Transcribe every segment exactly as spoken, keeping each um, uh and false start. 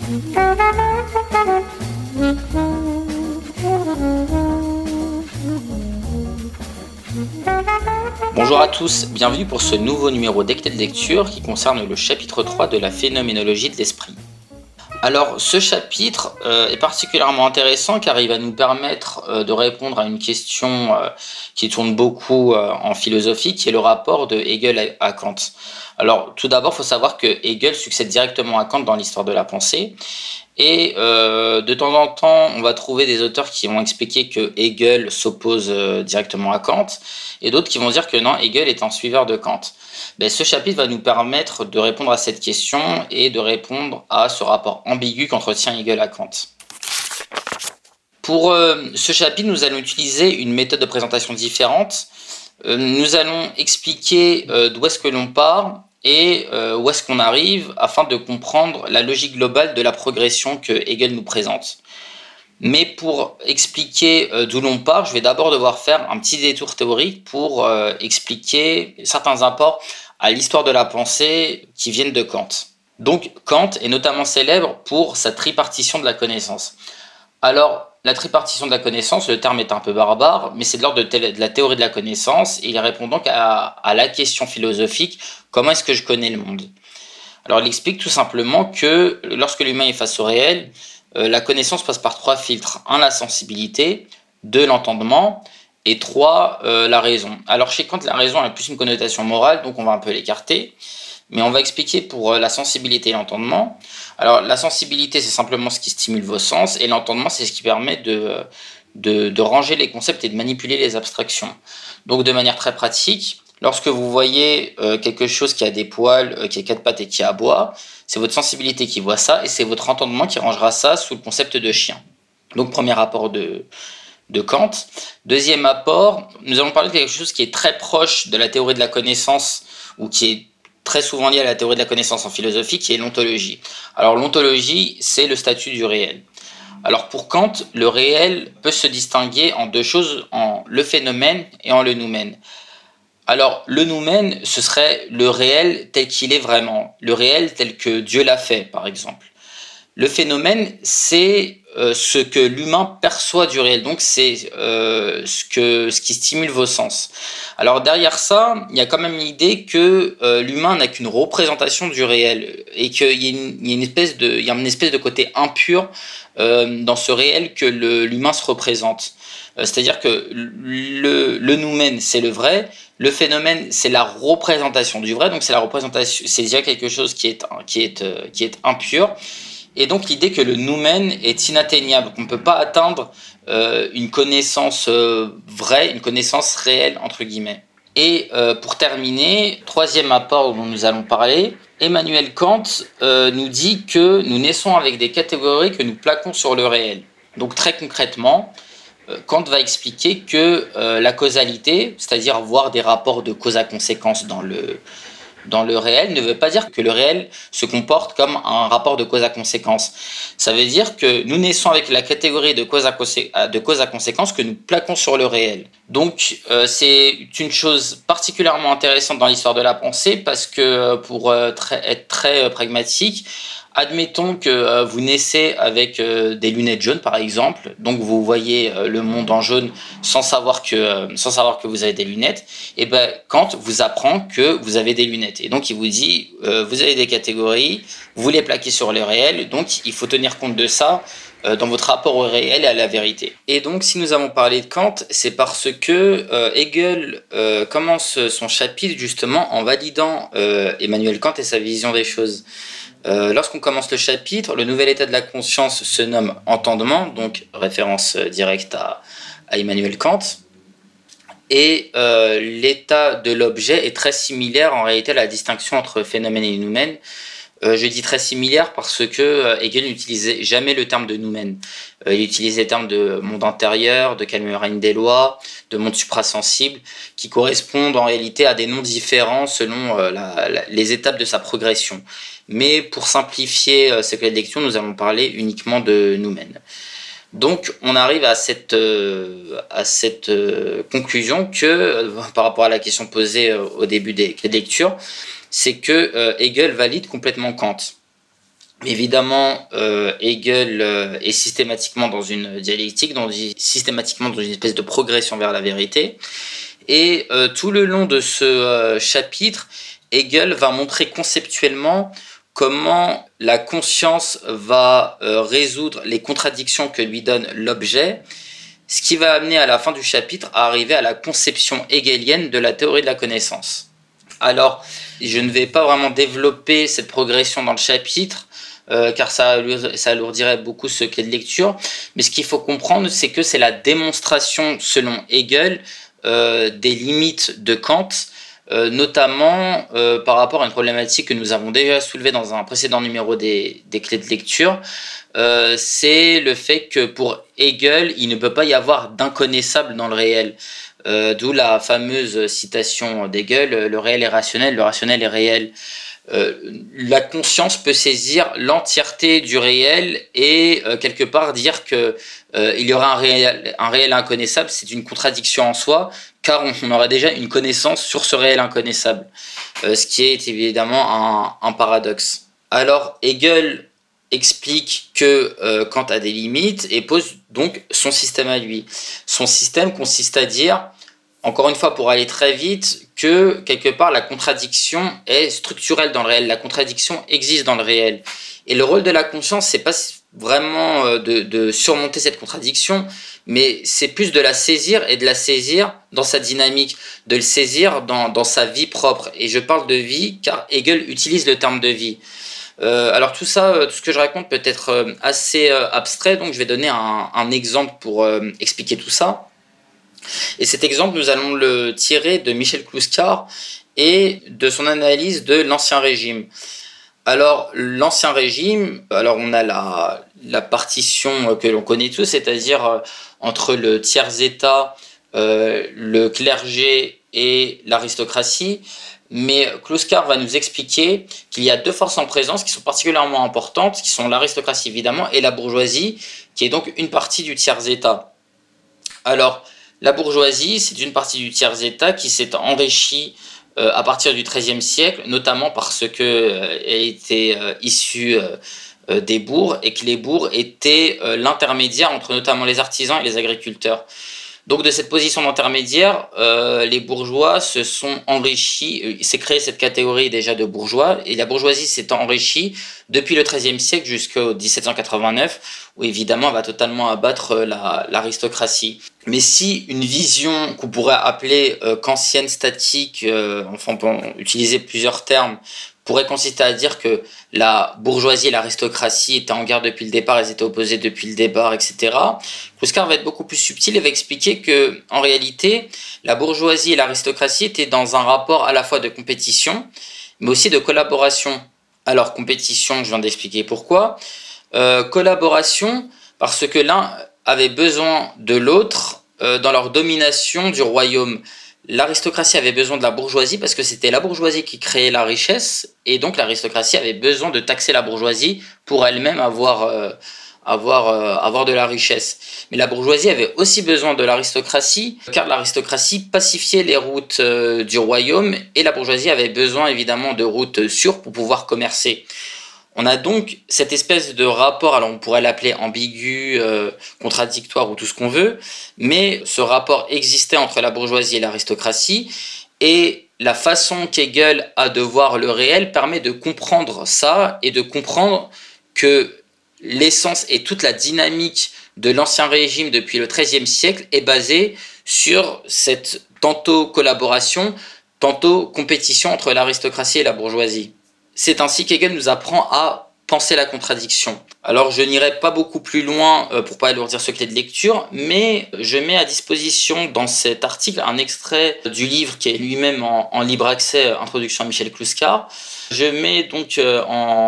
Bonjour à tous, bienvenue pour ce nouveau numéro d'Hectel Lecture qui concerne le chapitre trois de la phénoménologie de l'esprit. Alors ce chapitre euh, est particulièrement intéressant car il va nous permettre euh, de répondre à une question euh, qui tourne beaucoup euh, en philosophie, qui est le rapport de Hegel à, à Kant. Alors tout d'abord, il faut savoir que Hegel succède directement à Kant dans l'histoire de la pensée. Et euh, de temps en temps, on va trouver des auteurs qui vont expliquer que Hegel s'oppose euh, directement à Kant, et d'autres qui vont dire que non, Hegel est un suiveur de Kant. Ben, ce chapitre va nous permettre de répondre à cette question et de répondre à ce rapport ambigu qu'entretient Hegel à Kant. Pour euh, ce chapitre, nous allons utiliser une méthode de présentation différente. Euh, nous allons expliquer euh, d'où est-ce que l'on part et euh, où est-ce qu'on arrive afin de comprendre la logique globale de la progression que Hegel nous présente. Mais pour expliquer euh, d'où l'on part, je vais d'abord devoir faire un petit détour théorique pour euh, expliquer certains apports à l'histoire de la pensée qui viennent de Kant. Donc Kant est notamment célèbre pour sa tripartition de la connaissance. Alors, la tripartition de la connaissance, le terme est un peu barbare, mais c'est de l'ordre de, de la théorie de la connaissance, et il répond donc à, à la question philosophique, comment est-ce que je connais le monde ? Alors il explique tout simplement que lorsque l'humain est face au réel, euh, la connaissance passe par trois filtres. Un, la sensibilité, deux, l'entendement, et trois, euh, la raison. Alors chez Kant, la raison a plus une connotation morale, donc on va un peu l'écarter. Mais on va expliquer pour la sensibilité et l'entendement. Alors la sensibilité, c'est simplement ce qui stimule vos sens, et l'entendement, c'est ce qui permet de, de, de ranger les concepts et de manipuler les abstractions. Donc de manière très pratique, lorsque vous voyez euh, quelque chose qui a des poils, euh, qui a quatre pattes et qui aboie, c'est votre sensibilité qui voit ça, et c'est votre entendement qui rangera ça sous le concept de chien. Donc premier rapport de, de Kant. Deuxième apport, nous allons parler de quelque chose qui est très proche de la théorie de la connaissance, ou qui est très souvent lié à la théorie de la connaissance en philosophie, qui est l'ontologie. Alors l'ontologie, c'est le statut du réel. Alors pour Kant, le réel peut se distinguer en deux choses, en le phénomène et en le noumène. Alors le noumène, ce serait le réel tel qu'il est vraiment, le réel tel que Dieu l'a fait, par exemple. Le phénomène, c'est euh, ce que l'humain perçoit du réel, donc c'est euh, ce, que, ce qui stimule vos sens. Alors derrière ça, il y a quand même l'idée que euh, l'humain n'a qu'une représentation du réel et qu'il y a une, il y a une, espèce, de, il y a une espèce de côté impur euh, dans ce réel que le, l'humain se représente. Euh, c'est-à-dire que le, le noumène, c'est le vrai, le phénomène, c'est la représentation du vrai, donc c'est la représentation, c'est déjà quelque chose qui est, qui est, euh, qui est impur. Et donc l'idée que le noumène est inatteignable, qu'on ne peut pas atteindre euh, une connaissance euh, vraie, une connaissance réelle, entre guillemets. Et euh, pour terminer, troisième apport dont nous allons parler, Emmanuel Kant euh, nous dit que nous naissons avec des catégories que nous plaquons sur le réel. Donc très concrètement, euh, Kant va expliquer que euh, la causalité, c'est-à-dire voir des rapports de cause à conséquence dans le... dans le réel, ne veut pas dire que le réel se comporte comme un rapport de cause à conséquence. Ça veut dire que nous naissons avec la catégorie de cause à, consé- de cause à conséquence que nous plaquons sur le réel. Donc euh, c'est une chose particulièrement intéressante dans l'histoire de la pensée parce que pour euh, très, être très euh, pragmatique, admettons que euh, vous naissez avec euh, des lunettes jaunes par exemple, donc vous voyez euh, le monde en jaune sans savoir que euh, sans savoir que vous avez des lunettes. Et ben Kant vous apprend que vous avez des lunettes et donc il vous dit euh, vous avez des catégories, vous les plaquez sur le réel, donc il faut tenir compte de ça euh, dans votre rapport au réel et à la vérité. Et donc si nous avons parlé de Kant, c'est parce que euh, Hegel euh, commence son chapitre justement en validant euh, Emmanuel Kant et sa vision des choses. Euh, lorsqu'on commence le chapitre, le nouvel état de la conscience se nomme entendement, donc référence directe à, à Emmanuel Kant. Et euh, l'état de l'objet est très similaire en réalité à la distinction entre phénomène et noumène. Euh, je dis très similaire parce que euh, Hegel n'utilisait jamais le terme de noumène. Euh, il utilisait les termes de monde intérieur, de calme règne des lois, de monde suprasensible, qui correspondent en réalité à des noms différents selon euh, la, la, les étapes de sa progression. Mais pour simplifier euh, ces clés de lecture, nous allons parler uniquement de noumène. Donc on arrive à cette, euh, à cette euh, conclusion que, euh, par rapport à la question posée euh, au début des clés de lecture, c'est que euh, Hegel valide complètement Kant. Mais évidemment, euh, Hegel euh, est systématiquement dans une dialectique, dans, systématiquement dans une espèce de progression vers la vérité. Et euh, tout le long de ce euh, chapitre, Hegel va montrer conceptuellement comment la conscience va euh, résoudre les contradictions que lui donne l'objet, ce qui va amener à la fin du chapitre à arriver à la conception hegelienne de la théorie de la connaissance. Alors, je ne vais pas vraiment développer cette progression dans le chapitre, Euh, car ça, ça alourdirait beaucoup ce clé de lecture. Mais ce qu'il faut comprendre, c'est que c'est la démonstration, selon Hegel, euh, des limites de Kant, euh, notamment euh, par rapport à une problématique que nous avons déjà soulevée dans un précédent numéro des, des clés de lecture. Euh, c'est le fait que pour Hegel, il ne peut pas y avoir d'inconnaissable dans le réel. Euh, d'où la fameuse citation d'Hegel, le réel est rationnel, le rationnel est réel. Euh, la conscience peut saisir l'entièreté du réel et euh, quelque part dire que euh, il y aura un réel, un réel inconnaissable, c'est une contradiction en soi, car on, on aura déjà une connaissance sur ce réel inconnaissable, euh, ce qui est évidemment un, un paradoxe. Alors Hegel explique que euh, Kant a des limites et pose donc son système à lui. Son système consiste à dire, encore une fois pour aller très vite, que quelque part la contradiction est structurelle dans le réel, la contradiction existe dans le réel. Et le rôle de la conscience, c'est pas vraiment de, de surmonter cette contradiction, mais c'est plus de la saisir et de la saisir dans sa dynamique, de le saisir dans, dans sa vie propre. Et je parle de vie car Hegel utilise le terme de vie. Euh, alors tout ça, tout ce que je raconte peut être assez abstrait, donc je vais donner un, un exemple pour euh, expliquer tout ça. Et cet exemple, nous allons le tirer de Michel Clouscar et de son analyse de l'Ancien Régime. Alors, l'Ancien Régime, alors on a la, la partition que l'on connaît tous, c'est-à-dire euh, entre le tiers-état, euh, le clergé et l'aristocratie. Mais Clouscar va nous expliquer qu'il y a deux forces en présence qui sont particulièrement importantes, qui sont l'aristocratie évidemment et la bourgeoisie, qui est donc une partie du tiers-état. Alors, la bourgeoisie, c'est une partie du tiers-état qui s'est enrichie euh, à partir du treizième siècle, notamment parce qu'elle euh, était euh, issue euh, des bourgs et que les bourgs étaient euh, l'intermédiaire entre notamment les artisans et les agriculteurs. Donc de cette position d'intermédiaire, euh, les bourgeois se sont enrichis, il s'est créé cette catégorie déjà de bourgeois, et la bourgeoisie s'est enrichie depuis le treizième siècle jusqu'au dix-sept cent quatre-vingt-neuf, où évidemment elle va totalement abattre la, l'aristocratie. Mais si une vision qu'on pourrait appeler euh, kantienne statique, euh, enfin on peut utiliser plusieurs termes, pourrait consister à dire que la bourgeoisie et l'aristocratie étaient en guerre depuis le départ, elles étaient opposées depuis le départ, et cetera. Clouscar va être beaucoup plus subtil et va expliquer que, en réalité, la bourgeoisie et l'aristocratie étaient dans un rapport à la fois de compétition, mais aussi de collaboration. Alors, compétition, je viens d'expliquer pourquoi. Euh, collaboration, parce que l'un avait besoin de l'autre euh, dans leur domination du royaume. L'aristocratie avait besoin de la bourgeoisie parce que c'était la bourgeoisie qui créait la richesse et donc l'aristocratie avait besoin de taxer la bourgeoisie pour elle-même avoir, euh, avoir, euh, avoir de la richesse. Mais la bourgeoisie avait aussi besoin de l'aristocratie car l'aristocratie pacifiait les routes euh, du royaume et la bourgeoisie avait besoin évidemment de routes sûres pour pouvoir commercer. On a donc cette espèce de rapport, alors on pourrait l'appeler ambigu, euh, contradictoire ou tout ce qu'on veut, mais ce rapport existait entre la bourgeoisie et l'aristocratie, et la façon qu'Hegel a de voir le réel permet de comprendre ça et de comprendre que l'essence et toute la dynamique de l'Ancien Régime depuis le treizième siècle est basée sur cette tantôt collaboration, tantôt compétition entre l'aristocratie et la bourgeoisie. C'est ainsi qu'Hegel nous apprend à penser la contradiction. Alors je n'irai pas beaucoup plus loin euh, pour pas alourdir ce clé de lecture, mais je mets à disposition dans cet article un extrait du livre qui est lui-même en, en libre accès, Introduction à Michel Clouscar. Je mets donc euh,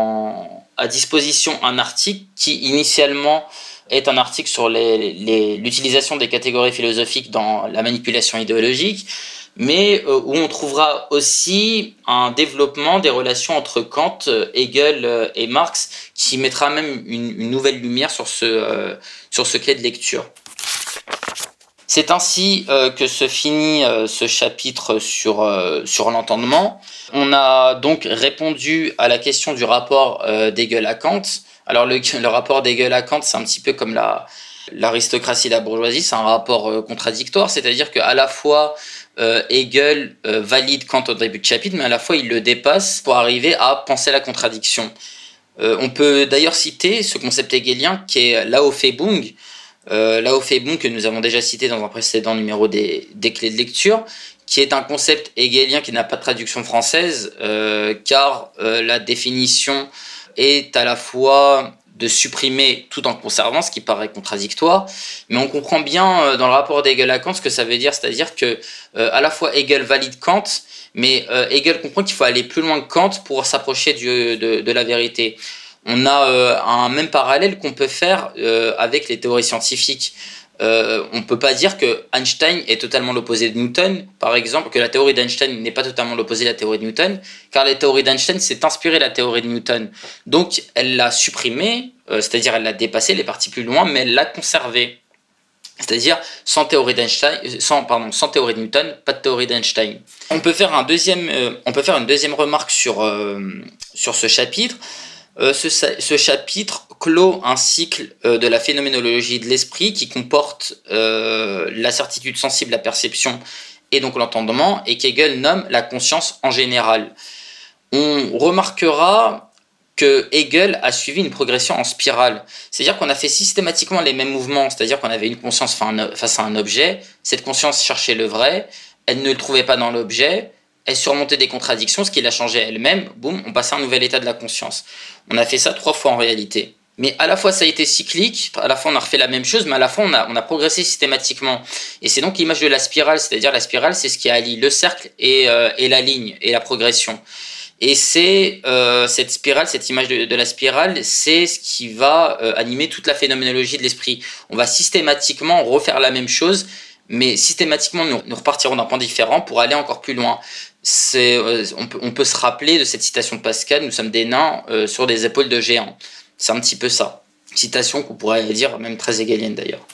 en, à disposition un article qui initialement est un article sur les, les, l'utilisation des catégories philosophiques dans la manipulation idéologique, mais euh, où on trouvera aussi un développement des relations entre Kant, Hegel euh, et Marx, qui mettra même une, une nouvelle lumière sur ce, euh, sur ce clé de lecture. C'est ainsi euh, que se finit euh, ce chapitre sur, euh, sur l'entendement. On a donc répondu à la question du rapport euh, d'Hegel à Kant. Alors le, le rapport d'Hegel à Kant, c'est un petit peu comme la, l'aristocratie et la bourgeoisie, c'est un rapport euh, contradictoire, c'est-à-dire qu'à la fois euh, Hegel euh, valide Kant au début de chapitre, mais à la fois il le dépasse pour arriver à penser la contradiction. Euh, on peut d'ailleurs citer ce concept hegelien qui est l'Aufhebung, Euh, l'Aufhebung que nous avons déjà cité dans un précédent numéro des, des clés de lecture, qui est un concept hegelien qui n'a pas de traduction française, euh, car euh, la définition est à la fois de supprimer tout en conservant, ce qui paraît contradictoire, mais on comprend bien euh, dans le rapport d'Hegel à Kant ce que ça veut dire, c'est-à-dire que euh, à la fois Hegel valide Kant, mais euh, Hegel comprend qu'il faut aller plus loin que Kant pour s'approcher du, de, de la vérité. On a euh, un même parallèle qu'on peut faire euh, avec les théories scientifiques. Euh, on ne peut pas dire que Einstein est totalement l'opposé de Newton, par exemple, que la théorie d'Einstein n'est pas totalement l'opposé de la théorie de Newton, car la théorie d'Einstein s'est inspirée de la théorie de Newton. Donc elle l'a supprimée, euh, c'est-à-dire elle l'a dépassée, elle est partie plus loin, mais elle l'a conservée. C'est-à-dire sans théorie d'Einstein, sans pardon, sans théorie de Newton, pas de théorie d'Einstein. On peut faire un deuxième, euh, on peut faire une deuxième remarque sur euh, sur ce chapitre. Euh, ce, ce chapitre clôt un cycle euh, de la phénoménologie de l'esprit qui comporte euh, la certitude sensible, la perception et donc l'entendement, et qu'Hegel nomme la conscience en général. On remarquera que Hegel a suivi une progression en spirale, c'est-à-dire qu'on a fait systématiquement les mêmes mouvements, c'est-à-dire qu'on avait une conscience face à un objet, cette conscience cherchait le vrai, elle ne le trouvait pas dans l'objet, elle surmontait des contradictions, ce qui la changeait elle-même, boum, on passait à un nouvel état de la conscience. On a fait ça trois fois en réalité. Mais à la fois ça a été cyclique, à la fois on a refait la même chose, mais à la fois on a, on a progressé systématiquement. Et c'est donc l'image de la spirale, c'est-à-dire la spirale c'est ce qui allie le cercle et, euh, et la ligne, et la progression. Et c'est euh, cette spirale, cette image de, de la spirale, c'est ce qui va euh, animer toute la phénoménologie de l'esprit. On va systématiquement refaire la même chose, mais systématiquement nous, nous repartirons d'un point différent pour aller encore plus loin. C'est, euh, on, peut, on peut se rappeler de cette citation de Pascal, nous sommes des nains euh, sur des épaules de géants. C'est un petit peu ça. Citation qu'on pourrait dire même très hegelienne d'ailleurs.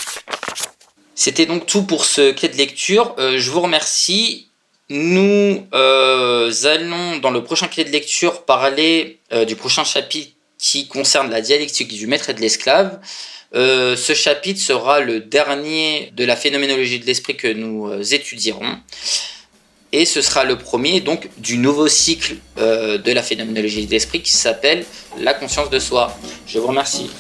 C'était donc tout pour ce clé de lecture. Euh, je vous remercie. Nous euh, allons dans le prochain clé de lecture parler euh, du prochain chapitre qui concerne la dialectique du maître et de l'esclave. Euh, ce chapitre sera le dernier de la phénoménologie de l'esprit que nous euh, étudierons. Et ce sera le premier donc du nouveau cycle euh, de la phénoménologie de l'esprit qui s'appelle la conscience de soi. Je vous remercie.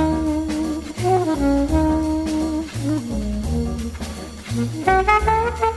Thank you.